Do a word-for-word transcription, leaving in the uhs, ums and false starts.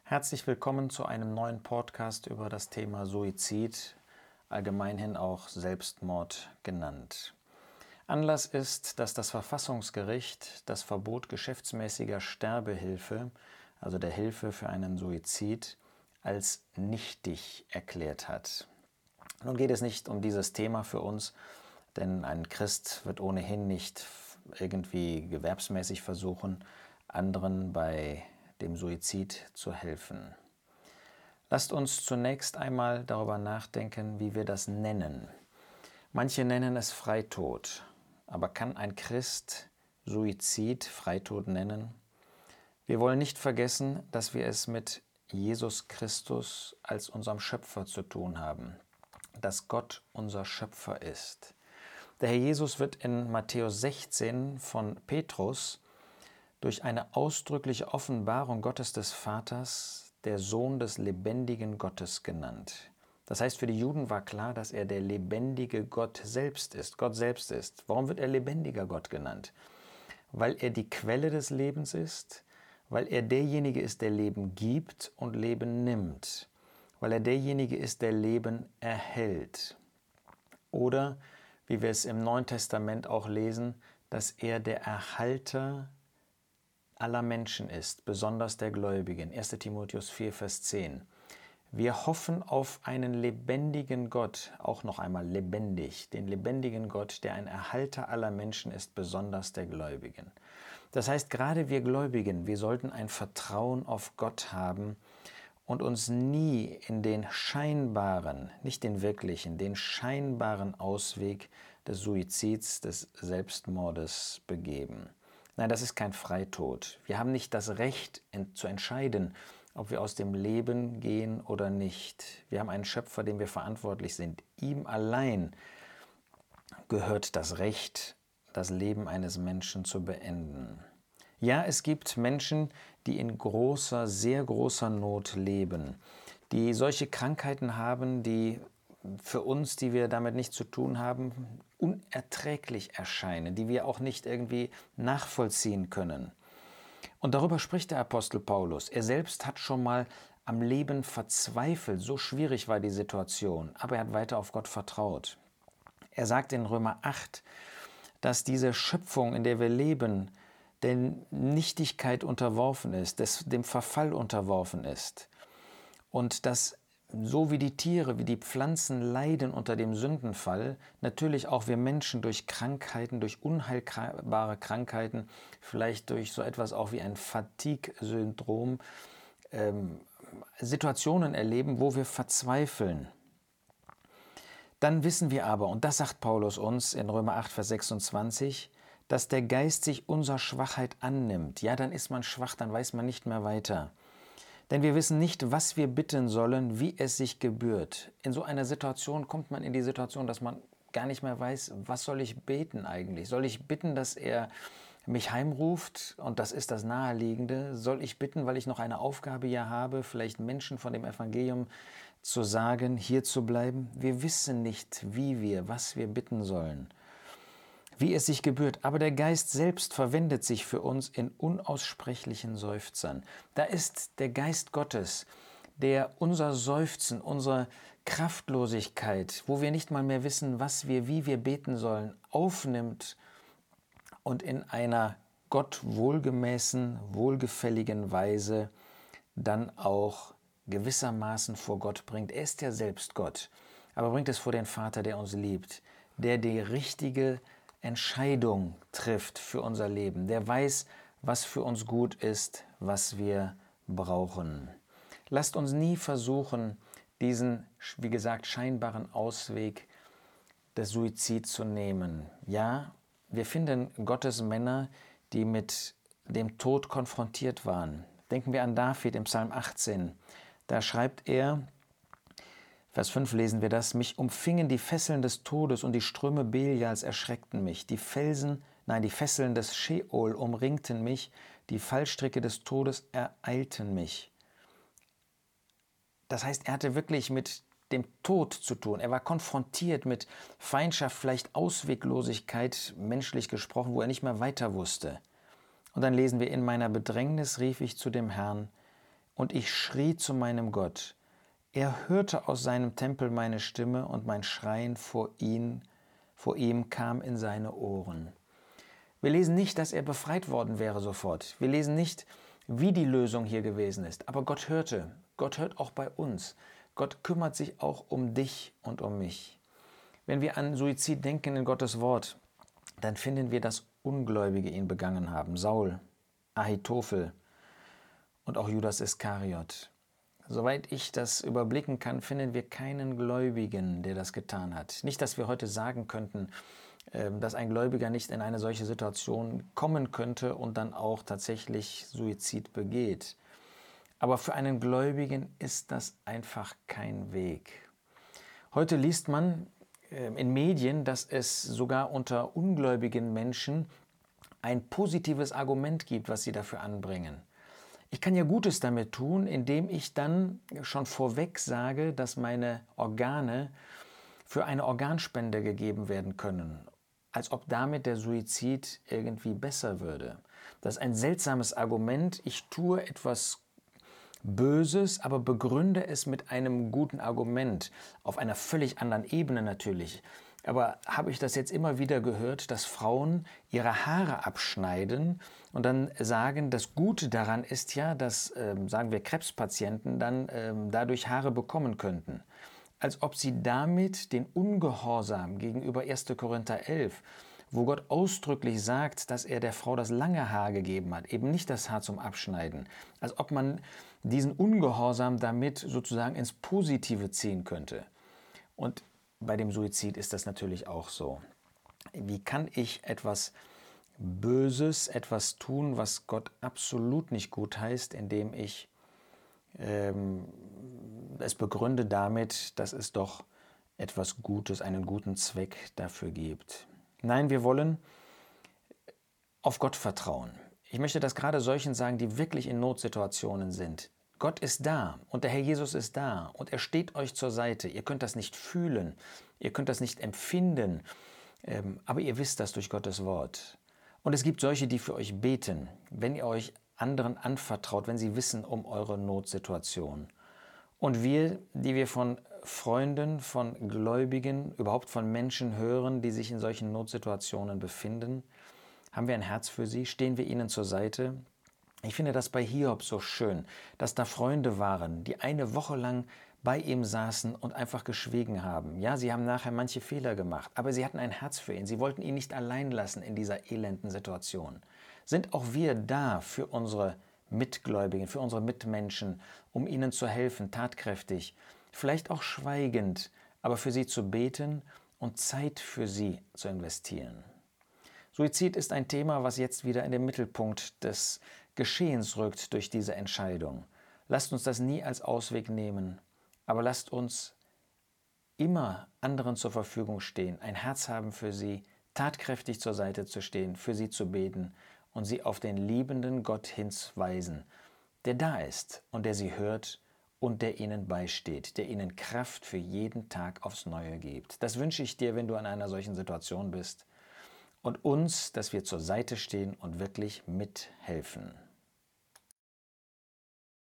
Herzlich willkommen zu einem neuen Podcast über das Thema Suizid, allgemeinhin auch Selbstmord genannt. Anlass ist, dass das Verfassungsgericht das Verbot geschäftsmäßiger Sterbehilfe, also der Hilfe für einen Suizid, als nichtig erklärt hat. Nun geht es nicht um dieses Thema für uns, denn ein Christ wird ohnehin nicht irgendwie gewerbsmäßig versuchen, anderen bei dem Suizid zu helfen. Lasst uns zunächst einmal darüber nachdenken, wie wir das nennen. Manche nennen es Freitod, aber kann ein Christ Suizid Freitod nennen? Wir wollen nicht vergessen, dass wir es mit Jesus Christus als unserem Schöpfer zu tun haben, dass Gott unser Schöpfer ist. Der Herr Jesus wird in Matthäus sechzehn von Petrus durch eine ausdrückliche Offenbarung Gottes des Vaters der Sohn des lebendigen Gottes genannt. Das heißt, für die Juden war klar, dass er der lebendige Gott selbst ist, Gott selbst ist. Warum wird er lebendiger Gott genannt? Weil er die Quelle des Lebens ist, weil er derjenige ist, der Leben gibt und Leben nimmt, weil er derjenige ist, der Leben erhält. Oder, wie wir es im Neuen Testament auch lesen, dass er der Erhalter aller Menschen ist, besonders der Gläubigen. erster Timotheus vier, Vers zehn. Wir hoffen auf einen lebendigen Gott, auch noch einmal lebendig, den lebendigen Gott, der ein Erhalter aller Menschen ist, besonders der Gläubigen. Das heißt, gerade wir Gläubigen, wir sollten ein Vertrauen auf Gott haben und uns nie in den scheinbaren, nicht den wirklichen, den scheinbaren Ausweg des Suizids, des Selbstmordes begeben. Nein, das ist kein Freitod. Wir haben nicht das Recht zu entscheiden, ob wir aus dem Leben gehen oder nicht. Wir haben einen Schöpfer, dem wir verantwortlich sind. Ihm allein gehört das Recht, das Leben eines Menschen zu beenden. Ja, es gibt Menschen, die in großer, sehr großer Not leben, die solche Krankheiten haben, die für uns, die wir damit nichts zu tun haben, unerträglich erscheinen, die wir auch nicht irgendwie nachvollziehen können. Und darüber spricht der Apostel Paulus. Er selbst hat schon mal am Leben verzweifelt, so schwierig war die Situation, aber er hat weiter auf Gott vertraut. Er sagt in Römer acht, dass diese Schöpfung, in der wir leben, der Nichtigkeit unterworfen ist, des, dem Verfall unterworfen ist und dass so wie die Tiere, wie die Pflanzen leiden unter dem Sündenfall, natürlich auch wir Menschen durch Krankheiten, durch unheilbare Krankheiten, vielleicht durch so etwas auch wie ein Fatigue-Syndrom, ähm, Situationen erleben, wo wir verzweifeln. Dann wissen wir aber, und das sagt Paulus uns in Römer acht, Vers sechsundzwanzig, dass der Geist sich unserer Schwachheit annimmt. Ja, dann ist man schwach, dann weiß man nicht mehr weiter. Denn wir wissen nicht, was wir bitten sollen, wie es sich gebührt. In so einer Situation kommt man in die Situation, dass man gar nicht mehr weiß, was soll ich beten eigentlich? Soll ich bitten, dass er mich heimruft? Und das ist das Naheliegende. Soll ich bitten, weil ich noch eine Aufgabe ja habe, vielleicht Menschen von dem Evangelium zu sagen, hier zu bleiben? Wir wissen nicht, wie wir, was wir bitten sollen, wie es sich gebührt. Aber der Geist selbst verwendet sich für uns in unaussprechlichen Seufzern. Da ist der Geist Gottes, der unser Seufzen, unsere Kraftlosigkeit, wo wir nicht mal mehr wissen, was wir, wie wir beten sollen, aufnimmt und in einer Gott wohlgemäßen, wohlgefälligen Weise dann auch gewissermaßen vor Gott bringt. Er ist ja selbst Gott, aber bringt es vor den Vater, der uns liebt, der die richtige Entscheidung trifft für unser Leben, der weiß, was für uns gut ist, was wir brauchen. Lasst uns nie versuchen, diesen, wie gesagt, scheinbaren Ausweg des Suizids zu nehmen. Ja, wir finden Gottes Männer, die mit dem Tod konfrontiert waren. Denken wir an David im Psalm achtzehn. Da schreibt er, Vers fünf lesen wir das, mich umfingen die Fesseln des Todes und die Ströme Belials erschreckten mich. Die Felsen, nein, die Fesseln des Scheol umringten mich, die Fallstricke des Todes ereilten mich. Das heißt, er hatte wirklich mit dem Tod zu tun. Er war konfrontiert mit Feindschaft, vielleicht Ausweglosigkeit, menschlich gesprochen, wo er nicht mehr weiter wusste. Und dann lesen wir, in meiner Bedrängnis rief ich zu dem Herrn, und ich schrie zu meinem Gott. Er hörte aus seinem Tempel meine Stimme und mein Schreien vor ihn, vor ihm kam in seine Ohren. Wir lesen nicht, dass er befreit worden wäre sofort. Wir lesen nicht, wie die Lösung hier gewesen ist. Aber Gott hörte. Gott hört auch bei uns. Gott kümmert sich auch um dich und um mich. Wenn wir an Suizid denken in Gottes Wort, dann finden wir, dass Ungläubige ihn begangen haben. Saul, Ahitophel und auch Judas Iskariot. Soweit ich das überblicken kann, finden wir keinen Gläubigen, der das getan hat. Nicht, dass wir heute sagen könnten, dass ein Gläubiger nicht in eine solche Situation kommen könnte und dann auch tatsächlich Suizid begeht. Aber für einen Gläubigen ist das einfach kein Weg. Heute liest man in Medien, dass es sogar unter ungläubigen Menschen ein positives Argument gibt, was sie dafür anbringen. Ich kann ja Gutes damit tun, indem ich dann schon vorweg sage, dass meine Organe für eine Organspende gegeben werden können, als ob damit der Suizid irgendwie besser würde. Das ist ein seltsames Argument. Ich tue etwas Böses, aber begründe es mit einem guten Argument, auf einer völlig anderen Ebene natürlich. Aber habe ich das jetzt immer wieder gehört, dass Frauen ihre Haare abschneiden und dann sagen, das Gute daran ist ja, dass, ähm, sagen wir, Krebspatienten dann ähm, dadurch Haare bekommen könnten. Als ob sie damit den Ungehorsam gegenüber erster Korinther elf, wo Gott ausdrücklich sagt, dass er der Frau das lange Haar gegeben hat, eben nicht das Haar zum Abschneiden, als ob man diesen Ungehorsam damit sozusagen ins Positive ziehen könnte. Und bei dem Suizid ist das natürlich auch so. Wie kann ich etwas Böses, etwas tun, was Gott absolut nicht gut heißt, indem ich ähm, es begründe damit, dass es doch etwas Gutes, einen guten Zweck dafür gibt? Nein, wir wollen auf Gott vertrauen. Ich möchte das gerade solchen sagen, die wirklich in Notsituationen sind. Gott ist da und der Herr Jesus ist da und er steht euch zur Seite. Ihr könnt das nicht fühlen, ihr könnt das nicht empfinden, ähm, aber ihr wisst das durch Gottes Wort. Und es gibt solche, die für euch beten, wenn ihr euch anderen anvertraut, wenn sie wissen um eure Notsituation. Und wir, die wir von Freunden, von Gläubigen, überhaupt von Menschen hören, die sich in solchen Notsituationen befinden, haben wir ein Herz für sie, stehen wir ihnen zur Seite. Ich finde das bei Hiob so schön, dass da Freunde waren, die eine Woche lang bei ihm saßen und einfach geschwiegen haben. Ja, sie haben nachher manche Fehler gemacht, aber sie hatten ein Herz für ihn. Sie wollten ihn nicht allein lassen in dieser elenden Situation. Sind auch wir da für unsere Mitgläubigen, für unsere Mitmenschen, um ihnen zu helfen, tatkräftig, vielleicht auch schweigend, aber für sie zu beten und Zeit für sie zu investieren? Suizid ist ein Thema, was jetzt wieder in den Mittelpunkt des Geschehens rückt durch diese Entscheidung. Lasst uns das nie als Ausweg nehmen, aber lasst uns immer anderen zur Verfügung stehen, ein Herz haben für sie, tatkräftig zur Seite zu stehen, für sie zu beten und sie auf den liebenden Gott hinweisen, der da ist und der sie hört und der ihnen beisteht, der ihnen Kraft für jeden Tag aufs Neue gibt. Das wünsche ich dir, wenn du in einer solchen Situation bist, und uns, dass wir zur Seite stehen und wirklich mithelfen.